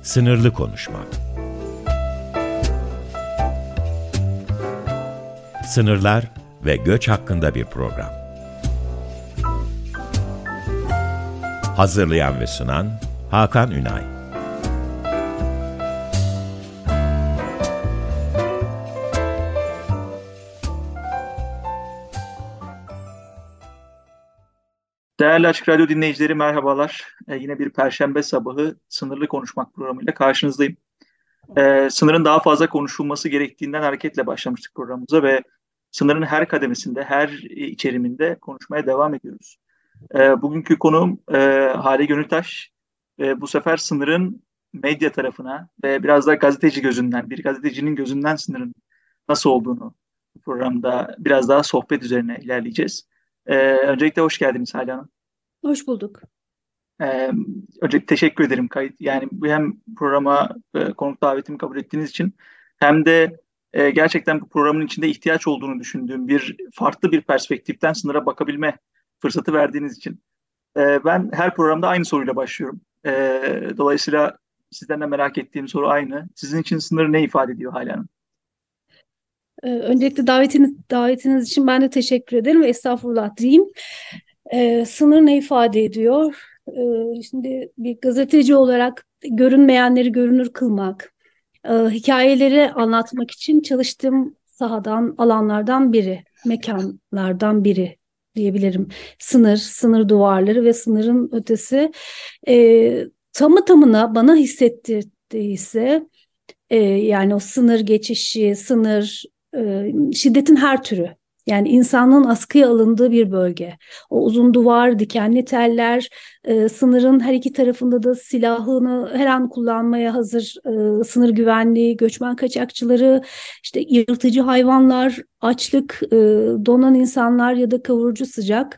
Sınırlı konuşmak. Sınırlar ve göç hakkında bir program. Hazırlayan ve sunan Hakan Ünay. Değerli Açık Radyo dinleyicileri merhabalar. Yine bir Perşembe sabahı Sınırlı Konuşmak programıyla karşınızdayım. Sınırın daha fazla konuşulması gerektiğinden hareketle başlamıştık programımıza ve sınırın her kademesinde, her içeriminde konuşmaya devam ediyoruz. Bugünkü konuğum Hale Gönültaş. Bu sefer sınırın medya tarafına ve biraz da gazeteci gözünden, bir gazetecinin gözünden sınırın nasıl olduğunu bu programda biraz daha sohbet üzerine ilerleyeceğiz. Öncelikle hoş geldiniz Hale Hanım. Hoş bulduk. Ee, Öncelikle teşekkür ederim kayıt. Yani bu hem programa konuk davetimi kabul ettiğiniz için hem de gerçekten bu programın içinde ihtiyaç olduğunu düşündüğüm bir farklı bir perspektiften sınıra bakabilme fırsatı verdiğiniz için. Ben her programda aynı soruyla başlıyorum. Dolayısıyla sizden de merak ettiğim soru aynı. Sizin için sınır ne ifade ediyor Hale Hanım? Öncelikle davetiniz için ben de teşekkür ederim ve estağfurullah diyeyim. Sınır ne ifade ediyor? Şimdi bir gazeteci olarak görünmeyenleri görünür kılmak, hikayeleri anlatmak için çalıştığım sahadan, alanlardan biri, mekanlardan biri diyebilirim. Sınır duvarları ve sınırın ötesi. Tamı tamına bana hissettirdiyse, yani o sınır geçişi, şiddetin her türü. Yani insanın askıya alındığı bir bölge. O uzun duvar, dikenli teller, sınırın her iki tarafında da silahını her an kullanmaya hazır sınır güvenliği, göçmen kaçakçıları, işte yırtıcı hayvanlar, açlık, donan insanlar ya da kavurucu sıcak.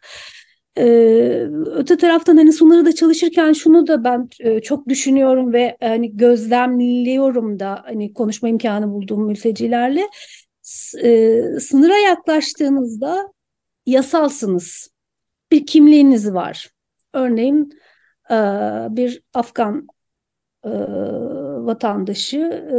Öte taraftan hani sınırda çalışırken şunu da ben çok düşünüyorum ve hani gözlemliyorum da hani konuşma imkanı bulduğum mültecilerle. Sınıra yaklaştığınızda yasalsınız. Bir kimliğiniz var. Örneğin bir Afgan vatandaşı,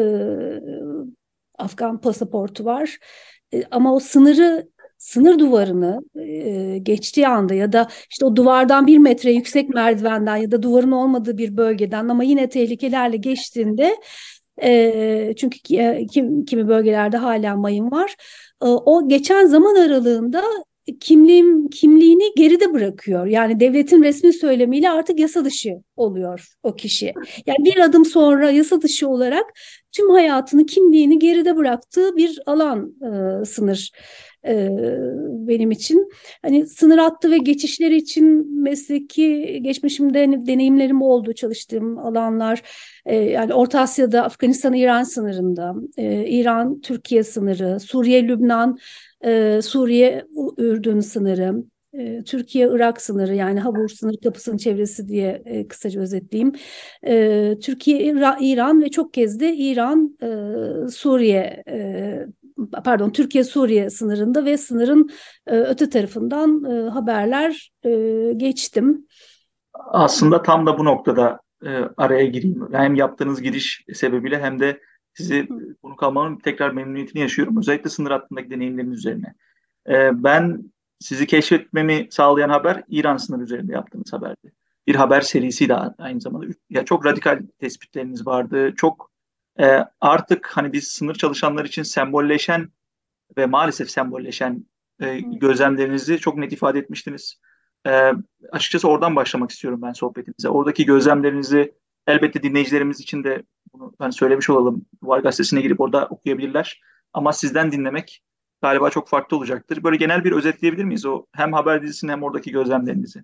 Afgan pasaportu var. Ama o sınır duvarını geçtiği anda ya da işte o duvardan 1 metre yüksek merdivenden ya da duvarın olmadığı bir bölgeden ama yine tehlikelerle geçtiğinde, çünkü kimi bölgelerde hala mayın var. O geçen zaman aralığında kimliğini geride bırakıyor. Yani devletin resmi söylemiyle artık yasa dışı oluyor o kişi. Yani bir adım sonra yasa dışı olarak tüm hayatını, kimliğini geride bıraktığı bir alan sınır benim için. Hani sınır hattı ve geçişleri için mesleki geçmişimde hani deneyimlerim oldu, çalıştığım alanlar. Yani Orta Asya'da Afganistan-İran sınırında, İran-Türkiye sınırı, Suriye-Lübnan, Suriye-Ürdün sınırı, Türkiye-Irak sınırı, yani Habur sınır kapısının çevresi diye kısaca özetleyeyim. Türkiye-İran ve çok kez de İran-Suriye, Türkiye-Suriye sınırında ve sınırın öte tarafından haberler geçtim. Aslında tam da bu noktada araya gireyim. Hem yaptığınız giriş sebebiyle hem de sizi konuk almanın tekrar memnuniyetini yaşıyorum. Özellikle sınır hattındaki deneyimleriniz üzerine. Ben sizi keşfetmemi sağlayan haber İran sınırı üzerinde yaptığınız haberdi. Bir haber serisi de aynı zamanda. Ya çok radikal tespitleriniz vardı. Çok artık hani biz sınır çalışanlar için sembolleşen ve maalesef sembolleşen gözlemlerinizi çok net ifade etmiştiniz. E, Açıkçası oradan başlamak istiyorum ben sohbetimize. Oradaki gözlemlerinizi elbette dinleyicilerimiz için de bunu ben söylemiş olalım. Duvar Gazetesi'ne girip orada okuyabilirler. Ama sizden dinlemek galiba çok farklı olacaktır. Böyle genel bir özetleyebilir miyiz o hem haber dizisini hem oradaki gözlemlerinizi?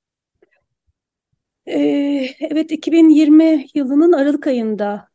Evet, 2020 yılının Aralık ayında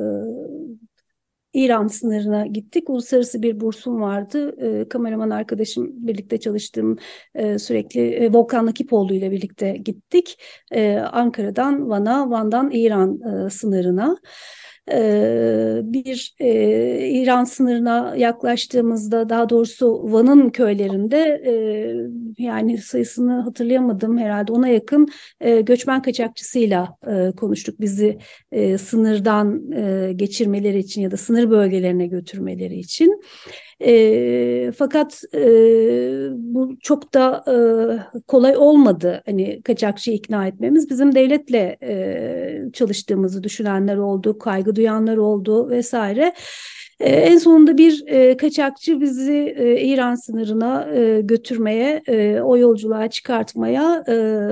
İran sınırına gittik. Uluslararası bir bursum vardı. Kameraman arkadaşım, birlikte çalıştığım sürekli Volkan Nakipoğlu ile birlikte gittik. Ankara'dan Van'a, Van'dan İran sınırına. İran sınırına yaklaştığımızda, daha doğrusu Van'ın köylerinde, yani sayısını hatırlayamadım, herhalde ona yakın göçmen kaçakçısıyla konuştuk. Bizi sınırdan geçirmeleri için ya da sınır bölgelerine götürmeleri için. Fakat bu çok da kolay olmadı. Hani kaçakçıyı ikna etmemiz. Bizim devletle çalıştığımızı düşünenler oldu, kaygı duyanlar oldu vesaire. En sonunda bir kaçakçı bizi İran sınırına götürmeye, o yolculuğa çıkartmaya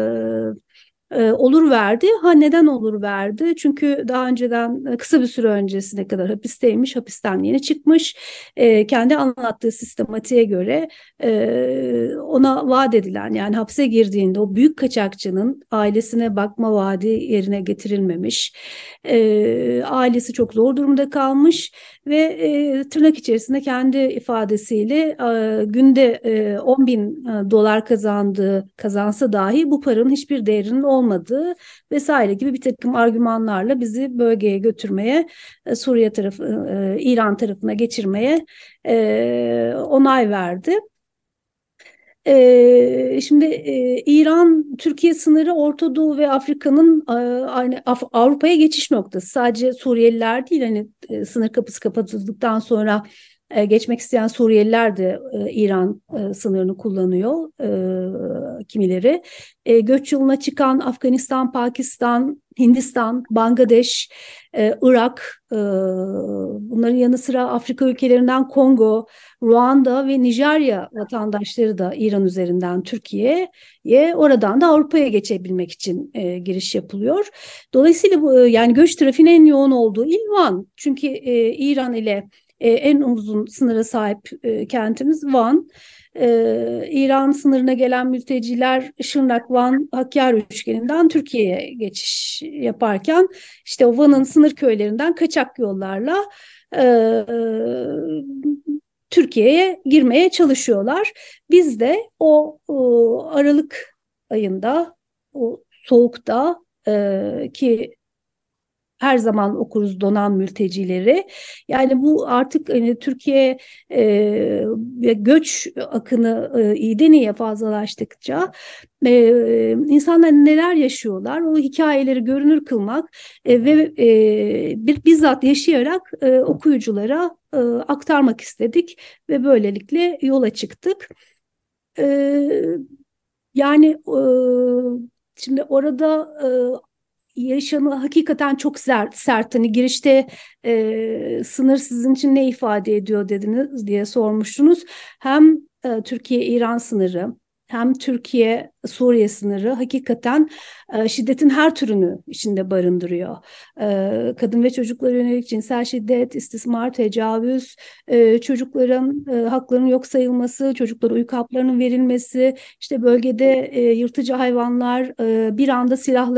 olur verdi. Neden olur verdi? Çünkü daha önceden, kısa bir süre öncesine kadar hapisteymiş, hapisten yeni çıkmış. Kendi anlattığı sistematiğe göre ona vaat edilen, yani hapse girdiğinde o büyük kaçakçının ailesine bakma vaadi yerine getirilmemiş. Ailesi çok zor durumda kalmış ve tırnak içerisinde kendi ifadesiyle günde 10 bin dolar kazansa dahi bu paranın hiçbir değerinin olmadığı vesaire gibi bir takım argümanlarla bizi bölgeye götürmeye, Suriye tarafı, İran tarafına geçirmeye onay verdi. Şimdi İran-Türkiye sınırı Orta Doğu ve Afrika'nın aynı Avrupa'ya geçiş noktası. Sadece Suriyeliler değil, hani sınır kapısı kapatıldıktan sonra geçmek isteyen Suriyeliler de İran sınırını kullanıyor, kimileri. Göç yoluna çıkan Afganistan, Pakistan, Hindistan, Bangladeş, Irak, bunların yanı sıra Afrika ülkelerinden Kongo, Ruanda ve Nijerya vatandaşları da İran üzerinden Türkiye'ye, oradan da Avrupa'ya geçebilmek için giriş yapılıyor. Dolayısıyla bu, yani göç trafiğinin en yoğun olduğu il Van. Çünkü İran ile en uzun sınıra sahip kentimiz Van. İran sınırına gelen mülteciler Şırnak, Van, Hakkari üçgeninden Türkiye'ye geçiş yaparken işte o Van'ın sınır köylerinden kaçak yollarla Türkiye'ye girmeye çalışıyorlar. Biz de o Aralık ayında, o soğukta, ki her zaman okuruz donan mültecileri. Yani bu artık hani Türkiye göç akını iyiden iyiye fazlalaştıkça insanlar neler yaşıyorlar, o hikayeleri görünür kılmak ve bizzat yaşayarak okuyuculara aktarmak istedik ve böylelikle yola çıktık. Yani şimdi orada yaşamı hakikaten çok sert. Hani girişte sınır sizin için ne ifade ediyor dediniz diye sormuştunuz. Hem Türkiye-İran sınırı, hem Türkiye-Suriye sınırı hakikaten şiddetin her türünü içinde barındırıyor. Kadın ve çocuklara yönelik cinsel şiddet, istismar, tecavüz, çocukların haklarının yok sayılması, çocuklara uyku haplarının verilmesi, işte bölgede yırtıcı hayvanlar, bir anda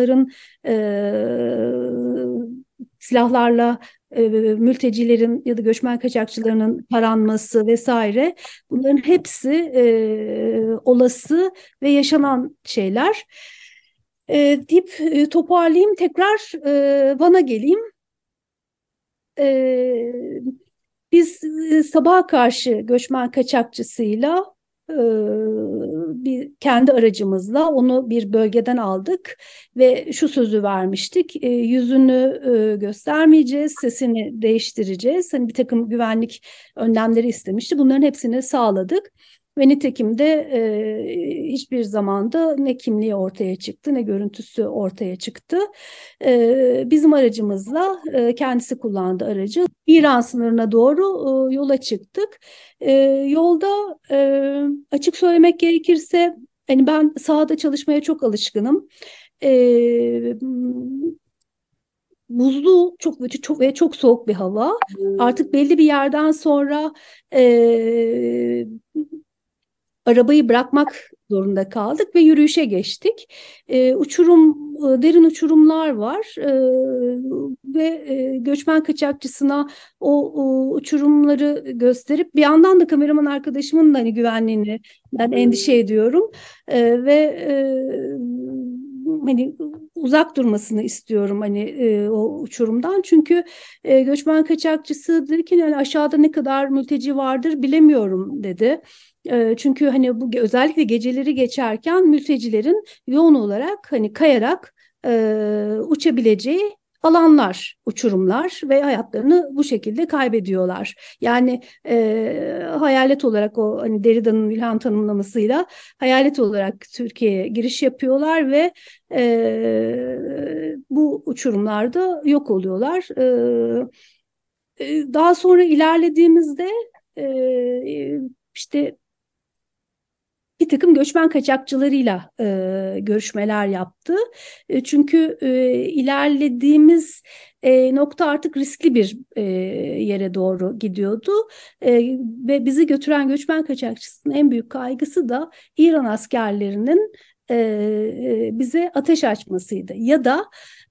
silahlarla mültecilerin ya da göçmen kaçakçılarının taranması vesaire, bunların hepsi olası ve yaşanan şeyler. Deyip toparlayayım, tekrar Van'a geleyim. Biz sabaha karşı göçmen kaçakçısıyla bir kendi aracımızla onu bir bölgeden aldık ve şu sözü vermiştik: yüzünü göstermeyeceğiz, sesini değiştireceğiz. Hani bir takım güvenlik önlemleri istemişti. Bunların hepsini sağladık. Ve nitekim de hiçbir zamanda ne kimliği ortaya çıktı ne görüntüsü ortaya çıktı. Bizim aracımızla, kendisi kullandı aracı, İran sınırına doğru yola çıktık. Yolda açık söylemek gerekirse hani ben sahada çalışmaya çok alışkınım. Buzlu, çok soğuk bir hava. Artık belli bir yerden sonra arabayı bırakmak zorunda kaldık ve yürüyüşe geçtik. Derin uçurumlar var ve göçmen kaçakçısına o uçurumları gösterip bir yandan da kameraman arkadaşımın da hani güvenliğini ben endişe ediyorum ve hani uzak durmasını istiyorum hani o uçurumdan. Çünkü göçmen kaçakçısı dedi ki yani aşağıda ne kadar mülteci vardır bilemiyorum dedi. Çünkü hani bu özellikle geceleri geçerken mültecilerin yoğun olarak hani kayarak uçabileceği alanlar, uçurumlar ve hayatlarını bu şekilde kaybediyorlar. Yani hayalet olarak o hani Derrida'nın İlhan tanımlamasıyla hayalet olarak Türkiye'ye giriş yapıyorlar ve bu uçurumlarda yok oluyorlar. Daha sonra ilerlediğimizde işte bir takım göçmen kaçakçılarıyla görüşmeler yaptı. Çünkü ilerlediğimiz nokta artık riskli bir yere doğru gidiyordu. Ve bizi götüren göçmen kaçakçısının en büyük kaygısı da İran askerlerinin bize ateş açmasıydı. Ya da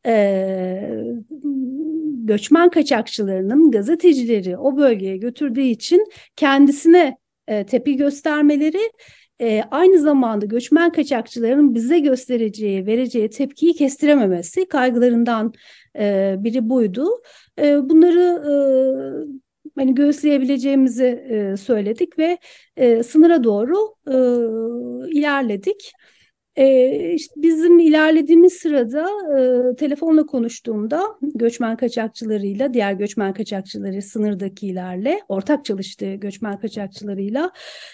göçmen kaçakçılarının gazetecileri o bölgeye götürdüğü için kendisine tepki göstermeleri, aynı zamanda göçmen kaçakçıların bize vereceği tepkiyi kestirememesi kaygılarından biri buydu. Bunları hani göğüsleyebileceğimizi söyledik ve sınıra doğru ilerledik. İşte bizim ilerlediğimiz sırada telefonla konuştuğumda göçmen kaçakçılarıyla, diğer göçmen kaçakçıları sınırdakilerle, ortak çalıştığı göçmen kaçakçılarıyla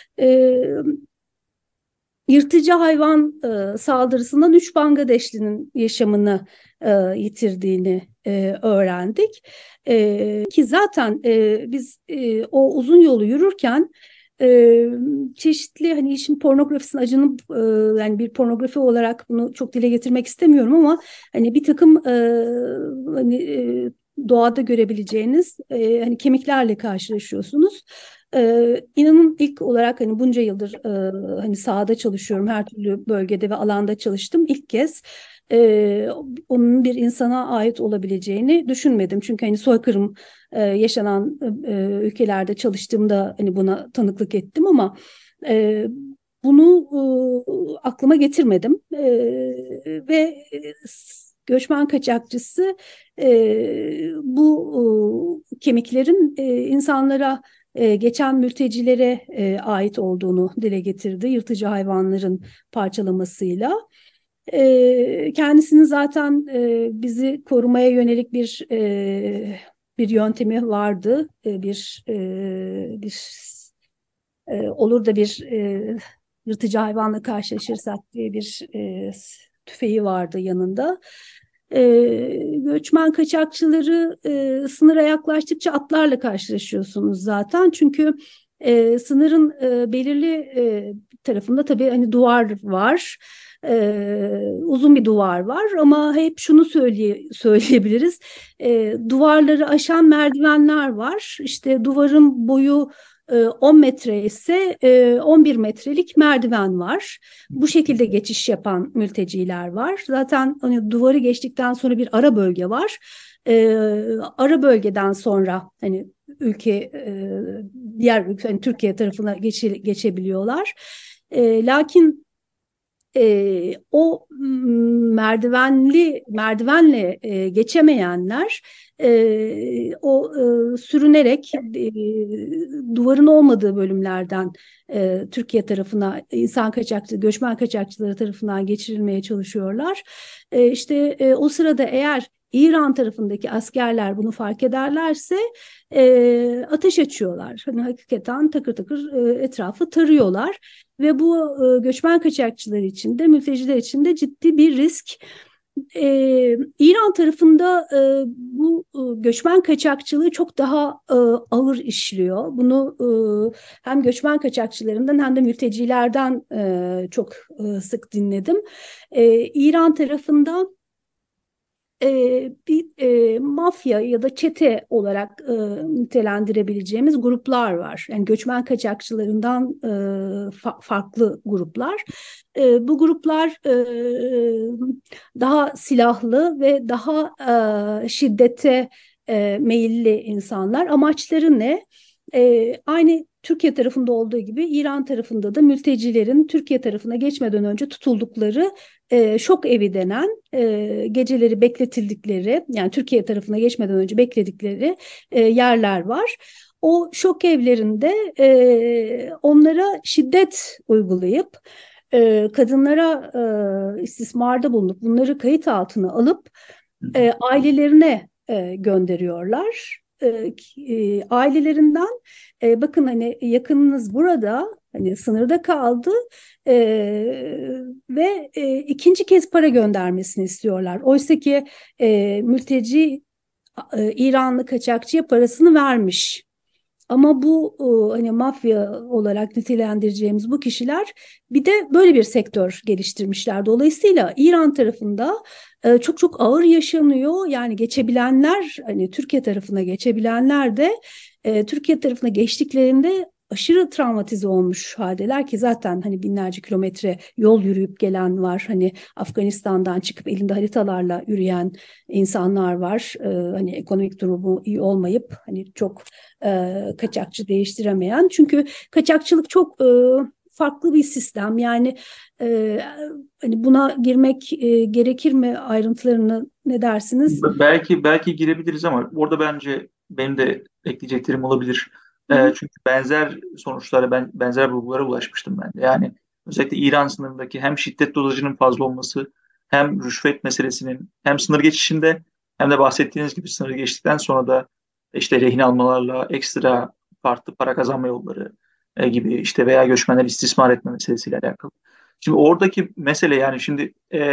yırtıcı hayvan saldırısından 3 Bangladeşlinin yaşamını yitirdiğini öğrendik. Ki zaten biz o uzun yolu yürürken çeşitli hani işin pornografisinin acının yani bir pornografi olarak bunu çok dile getirmek istemiyorum ama hani bir takım hani doğada görebileceğiniz hani kemiklerle karşılaşıyorsunuz. İnanın ilk olarak hani bunca yıldır hani sahada çalışıyorum, her türlü bölgede ve alanda çalıştım. İlk kez onun bir insana ait olabileceğini düşünmedim. Çünkü hani soykırım yaşanan ülkelerde çalıştığımda hani buna tanıklık ettim ama bunu aklıma getirmedim. Ve göçmen kaçakçısı bu kemiklerin insanlara geçen mültecilere ait olduğunu dile getirdi. Yırtıcı hayvanların parçalamasıyla. Kendisinin zaten bizi korumaya yönelik bir yöntemi vardı. Olur da bir yırtıcı hayvanla karşılaşırsak diye bir tüfeği vardı yanında. Göçmen kaçakçıları sınıra yaklaştıkça atlarla karşılaşıyorsunuz zaten. Çünkü sınırın belirli tarafında tabii hani duvar var. Uzun bir duvar var ama hep şunu söyleyebiliriz. Duvarları aşan merdivenler var. İşte duvarın boyu 10 metre ise 11 metrelik merdiven var. Bu şekilde geçiş yapan mülteciler var. Zaten hani duvarı geçtikten sonra bir ara bölge var. Ara bölgeden sonra hani diğer ülke hani Türkiye tarafına geçebiliyorlar. Lakin o merdivenle geçemeyenler o sürünerek duvarın olmadığı bölümlerden Türkiye tarafına göçmen kaçakçıları tarafından geçirilmeye çalışıyorlar. İşte o sırada eğer İran tarafındaki askerler bunu fark ederlerse ateş açıyorlar. Hani hakikaten takır takır etrafı tarıyorlar ve bu göçmen kaçakçıları için de mülteciler için de ciddi bir risk. İran tarafında bu göçmen kaçakçılığı çok daha ağır işliyor. Bunu hem göçmen kaçakçılarından hem de mültecilerden çok sık dinledim. İran tarafında bir mafya ya da çete olarak nitelendirebileceğimiz gruplar var. Yani göçmen kaçakçılarından farklı gruplar. Bu gruplar daha silahlı ve daha şiddete meyilli insanlar. Amaçları ne? Aynı Türkiye tarafında olduğu gibi İran tarafında da mültecilerin Türkiye tarafına geçmeden önce tutuldukları şok evi denen geceleri bekletildikleri, yani Türkiye tarafına geçmeden önce bekledikleri yerler var. O şok evlerinde onlara şiddet uygulayıp kadınlara istismarda bulunup bunları kayıt altına alıp ailelerine gönderiyorlar. Ailelerinden bakın hani yakınınız burada, hani sınırda kaldı e, ve ikinci kez para göndermesini istiyorlar. Oysa ki mülteci İranlı kaçakçıya parasını vermiş. Ama bu hani mafya olarak nitelendireceğimiz bu kişiler bir de böyle bir sektör geliştirmişler. Dolayısıyla İran tarafında çok çok ağır yaşanıyor. Yani geçebilenler, hani Türkiye tarafına geçebilenler de Türkiye tarafına geçtiklerinde aşırı travmatize olmuş haldeler ki zaten hani binlerce kilometre yol yürüyüp gelen var. Hani Afganistan'dan çıkıp elinde haritalarla yürüyen insanlar var. Hani ekonomik durumu iyi olmayıp hani çok kaçakçı değiştiremeyen. Çünkü kaçakçılık çok farklı bir sistem. Yani hani buna girmek gerekir mi, ayrıntılarını ne dersiniz? Belki girebiliriz ama orada bence benim de ekleyeceklerim olabilir. Hı hı. Çünkü benzer sonuçlara, benzer bulgulara ulaşmıştım ben de. Yani özellikle İran sınırındaki hem şiddet dozajının fazla olması, hem rüşvet meselesinin, hem sınır geçişinde, hem de bahsettiğiniz gibi sınır geçtikten sonra da işte rehin almalarla ekstra farklı para kazanma yolları gibi, işte veya göçmenler istismar etme meselesiyle alakalı. Şimdi oradaki mesele, yani şimdi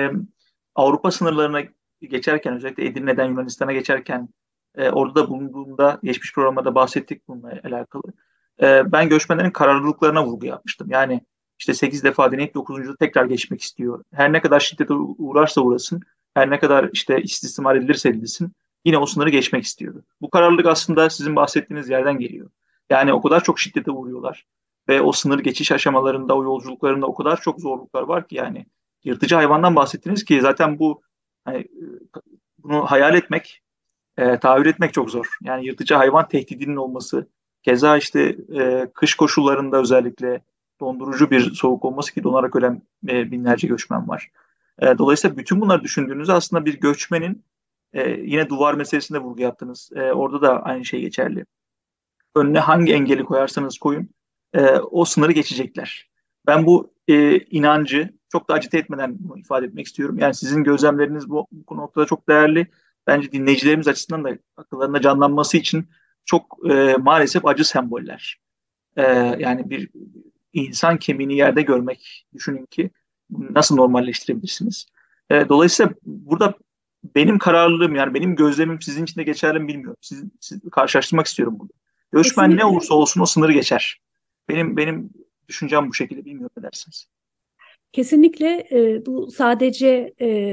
Avrupa sınırlarına geçerken, özellikle Edirne'den Yunanistan'a geçerken orada da bulunduğumda, geçmiş programda bahsettik bununla alakalı. Ben göçmenlerin kararlılıklarına vurgu yapmıştım. Yani işte 8 defa deneyip 9'uncuda tekrar geçmek istiyor. Her ne kadar şiddete uğrarsa uğrasın, her ne kadar işte istismar edilirse edilsin, yine o sınırı geçmek istiyordu. Bu kararlılık aslında sizin bahsettiğiniz yerden geliyor. Yani o kadar çok şiddete uğruyorlar ve o sınır geçiş aşamalarında, o yolculuklarında o kadar çok zorluklar var ki, yani yırtıcı hayvandan bahsettiniz ki zaten bu, hani, bunu hayal etmek, tahayyül etmek çok zor. Yani yırtıcı hayvan tehdidinin olması, keza işte kış koşullarında özellikle dondurucu bir soğuk olması ki donarak ölen binlerce göçmen var. Dolayısıyla bütün bunları düşündüğünüzde aslında bir göçmenin, yine duvar meselesinde vurgu yaptınız. Orada da aynı şey geçerli. Önüne hangi engeli koyarsanız koyun, o sınırı geçecekler. Ben bu inancı çok da acite etmeden bunu ifade etmek istiyorum. Yani sizin gözlemleriniz bu noktada çok değerli. Bence dinleyicilerimiz açısından da akıllarında canlanması için çok maalesef acı semboller. Yani bir insan kemiğini yerde görmek, düşünün ki bunu nasıl normalleştirebilirsiniz? Dolayısıyla burada benim kararlılığım, yani benim gözlemim sizin için de geçerli mi bilmiyorum. Siz karşılaştırmak istiyorum bunu. Göçmen ne Kesinlikle. olursa olsun o sınırı geçer. Benim düşüncem bu şekilde, bilmiyorum ne dersiniz. Kesinlikle bu sadece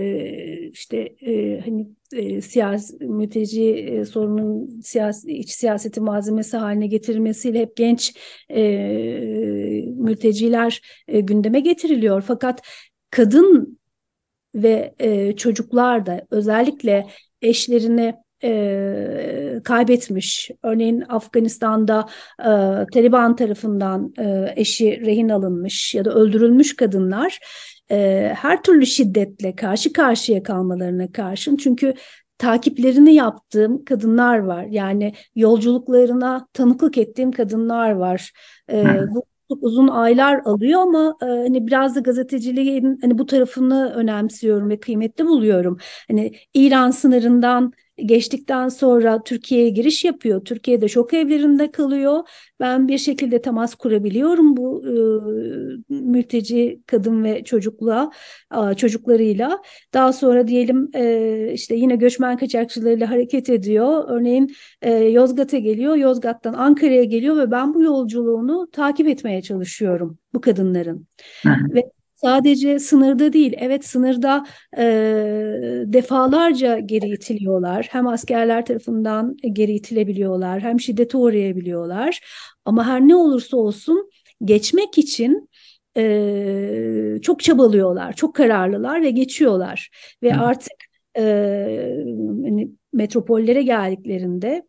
işte hani siyasi mülteci sorunun iç siyaseti malzemesi haline getirilmesiyle hep genç mülteciler gündeme getiriliyor. Fakat kadın ve çocuklar da özellikle eşlerini kaybetmiş. Örneğin Afganistan'da Taliban tarafından eşi rehin alınmış ya da öldürülmüş kadınlar her türlü şiddetle karşı karşıya kalmalarına karşın. Çünkü takiplerini yaptığım kadınlar var. Yani yolculuklarına tanıklık ettiğim kadınlar var. Hı hı. Bu çok uzun aylar alıyor ama hani biraz da gazeteciliğin hani bu tarafını önemsiyorum ve kıymetli buluyorum. Hani İran sınırından geçtikten sonra Türkiye'ye giriş yapıyor. Türkiye'de şok evlerinde kalıyor. Ben bir şekilde temas kurabiliyorum bu mülteci kadın ve çocuklarıyla. Daha sonra diyelim işte yine göçmen kaçakçılarıyla hareket ediyor. Örneğin Yozgat'a geliyor, Yozgat'tan Ankara'ya geliyor ve ben bu yolculuğunu takip etmeye çalışıyorum bu kadınların. Hı hı. Ve sadece sınırda değil, evet sınırda defalarca geri itiliyorlar. Hem askerler tarafından geri itilebiliyorlar, hem şiddete uğrayabiliyorlar. Ama her ne olursa olsun geçmek için çok çabalıyorlar, çok kararlılar ve geçiyorlar. Ve artık hani metropollere geldiklerinde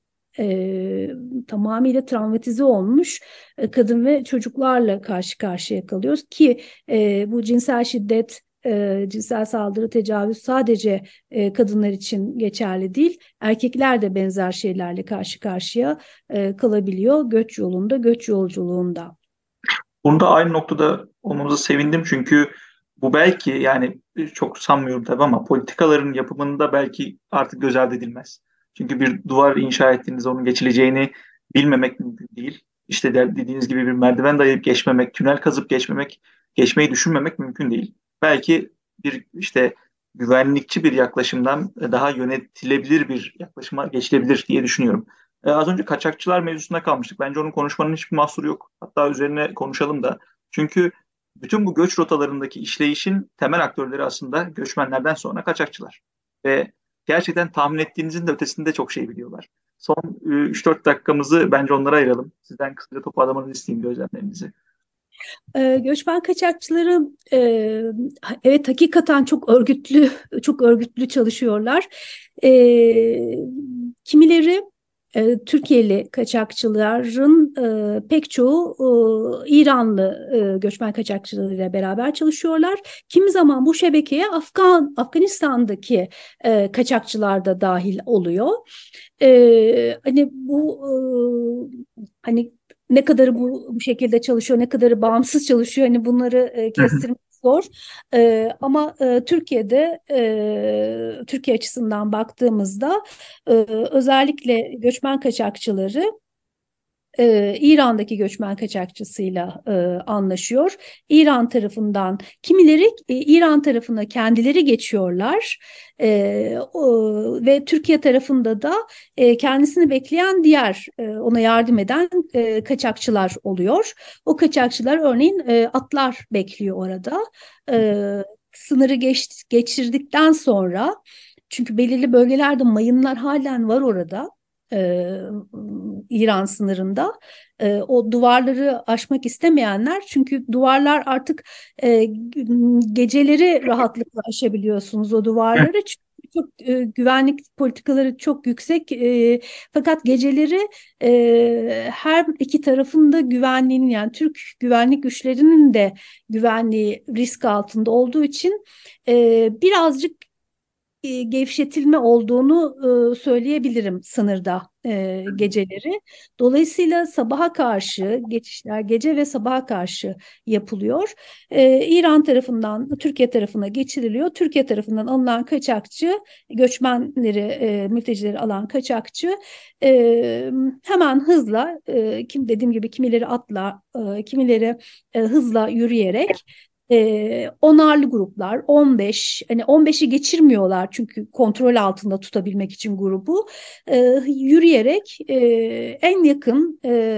tamamıyla travmatize olmuş kadın ve çocuklarla karşı karşıya kalıyoruz ki bu cinsel şiddet cinsel saldırı, tecavüz sadece kadınlar için geçerli değil. Erkekler de benzer şeylerle karşı karşıya kalabiliyor göç yolunda, göç yolculuğunda. Bunda aynı noktada olmamıza sevindim çünkü bu belki yani çok sanmıyorum tabii ama politikaların yapımında belki artık göz ardı edilmez. Çünkü bir duvar inşa ettiğinizde onun geçileceğini bilmemek mümkün değil. İşte dediğiniz gibi bir merdiven dayayıp geçmemek, tünel kazıp geçmemek, geçmeyi düşünmemek mümkün değil. Belki bir işte güvenlikçi bir yaklaşımdan daha yönetilebilir bir yaklaşıma geçilebilir diye düşünüyorum. Az önce kaçakçılar mevzusunda kalmıştık. Bence onun konuşmanın hiçbir mahsuru yok. Hatta üzerine konuşalım da. Çünkü bütün bu göç rotalarındaki işleyişin temel aktörleri aslında göçmenlerden sonra kaçakçılar. Ve gerçekten tahmin ettiğinizin de ötesinde çok şey biliyorlar. Son 3-4 dakikamızı bence onlara ayıralım. Sizden kısaca toparlamanızı isteyeyim gözlemlerinizi. Göçmen kaçakçıları evet hakikaten çok örgütlü çalışıyorlar. Kimileri Türkiye'li kaçakçıların pek çoğu İranlı göçmen kaçakçılarıyla beraber çalışıyorlar. Kimi zaman bu şebekeye Afganistan'daki kaçakçılar da dahil oluyor. Hani hani ne kadarı bu şekilde çalışıyor, ne kadarı bağımsız çalışıyor, hani bunları kestirmek zor. Ama Türkiye'de Türkiye açısından baktığımızda özellikle göçmen kaçakçıları İran'daki göçmen kaçakçısıyla anlaşıyor. İran tarafından kimileri İran tarafına kendileri geçiyorlar ve Türkiye tarafında da kendisini bekleyen diğer ona yardım eden kaçakçılar oluyor. O kaçakçılar örneğin atlar bekliyor orada. Sınırı geçirdikten sonra çünkü belirli bölgelerde mayınlar halen var orada. İran sınırında o duvarları aşmak istemeyenler çünkü duvarlar artık geceleri rahatlıkla aşabiliyorsunuz o duvarları çok güvenlik politikaları çok yüksek fakat geceleri her iki tarafın da güvenliğinin yani Türk güvenlik güçlerinin de güvenliği risk altında olduğu için birazcık gevşetilme olduğunu söyleyebilirim sınırda geceleri. Dolayısıyla sabaha karşı geçişler gece ve sabaha karşı yapılıyor. İran tarafından Türkiye tarafına geçiriliyor. Türkiye tarafından alınan kaçakçı, göçmenleri, mültecileri alan kaçakçı hemen hızla, dediğim gibi kimileri atla, kimileri hızla yürüyerek onarlı gruplar 15 hani 15'i geçirmiyorlar çünkü kontrol altında tutabilmek için grubu yürüyerek en yakın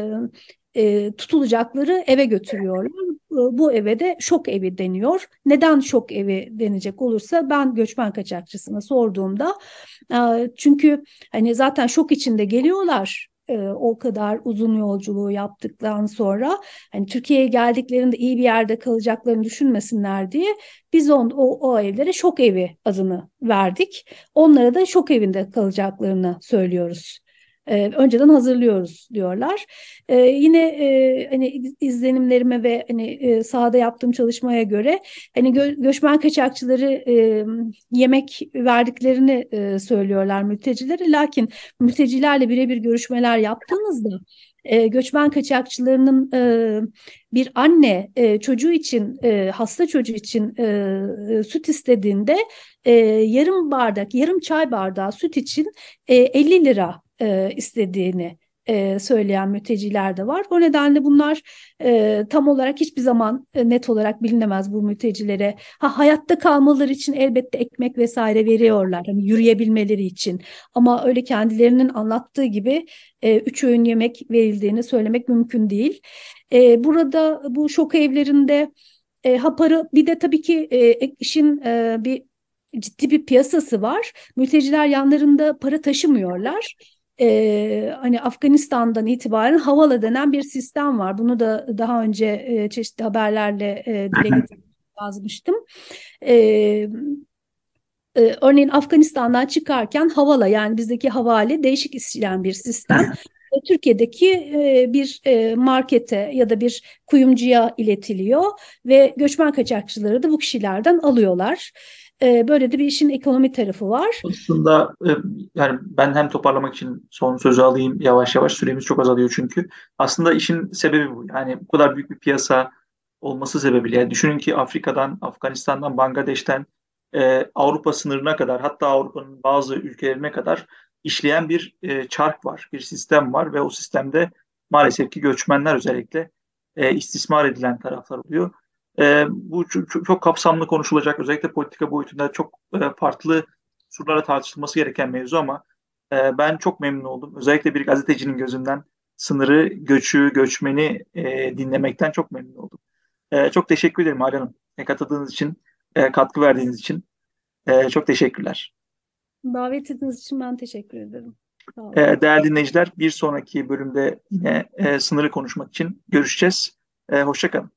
tutulacakları eve götürüyorlar. Bu eve de şok evi deniyor. Neden şok evi denecek olursa ben göçmen kaçakçısına sorduğumda çünkü hani zaten şok içinde geliyorlar. O kadar uzun yolculuğu yaptıktan sonra hani Türkiye'ye geldiklerinde iyi bir yerde kalacaklarını düşünmesinler diye biz o evlere şok evi adını verdik. Onlara da şok evinde kalacaklarını söylüyoruz. Önceden hazırlıyoruz diyorlar. Yine hani izlenimlerime ve hani sahada yaptığım çalışmaya göre hani göçmen kaçakçıları yemek verdiklerini söylüyorlar mültecilere. Lakin mültecilerle birebir görüşmeler yaptığımızda göçmen kaçakçılarının bir anne çocuğu için hasta çocuğu için süt istediğinde yarım çay bardağı süt için 50 lira istediğini söyleyen mülteciler de var. O nedenle bunlar tam olarak hiçbir zaman net olarak bilinemez bu mültecilere. Hayatta kalmaları için elbette ekmek vesaire veriyorlar. Hani yürüyebilmeleri için. Ama öyle kendilerinin anlattığı gibi 3 öğün yemek verildiğini söylemek mümkün değil. Burada bu şok evlerinde para bir de tabii ki işin bir ciddi bir piyasası var. Mülteciler yanlarında para taşımıyorlar. Hani Afganistan'dan itibaren Havala denen bir sistem var. Bunu da daha önce çeşitli haberlerle dile getirip yazmıştım. Örneğin Afganistan'dan çıkarken Havala yani bizdeki havale değişik işleyen bir sistem. Türkiye'deki bir markete ya da bir kuyumcuya iletiliyor ve göçmen kaçakçıları da bu kişilerden alıyorlar. Böyle de bir işin ekonomi tarafı var. Aslında yani ben hem toparlamak için son sözü alayım yavaş yavaş, süremiz çok azalıyor çünkü. Aslında işin sebebi bu. Yani bu kadar büyük bir piyasa olması sebebiyle. Yani düşünün ki Afrika'dan, Afganistan'dan, Bangladeş'ten Avrupa sınırına kadar, hatta Avrupa'nın bazı ülkelerine kadar işleyen bir çark var, bir sistem var ve o sistemde maalesef ki göçmenler özellikle istismar edilen taraflar oluyor. Bu çok kapsamlı konuşulacak, özellikle politika boyutunda çok farklı surlara tartışılması gereken mevzu ama ben çok memnun oldum. Özellikle bir gazetecinin gözünden sınırı, göçü, göçmeni dinlemekten çok memnun oldum. Çok teşekkür ederim Hale Hanım. Katıldığınız için, katkı verdiğiniz için çok teşekkürler. Davet ettiğiniz için ben teşekkür ederim. Sağ olun. Değerli dinleyiciler, bir sonraki bölümde yine sınırı konuşmak için görüşeceğiz. Hoşça kalın.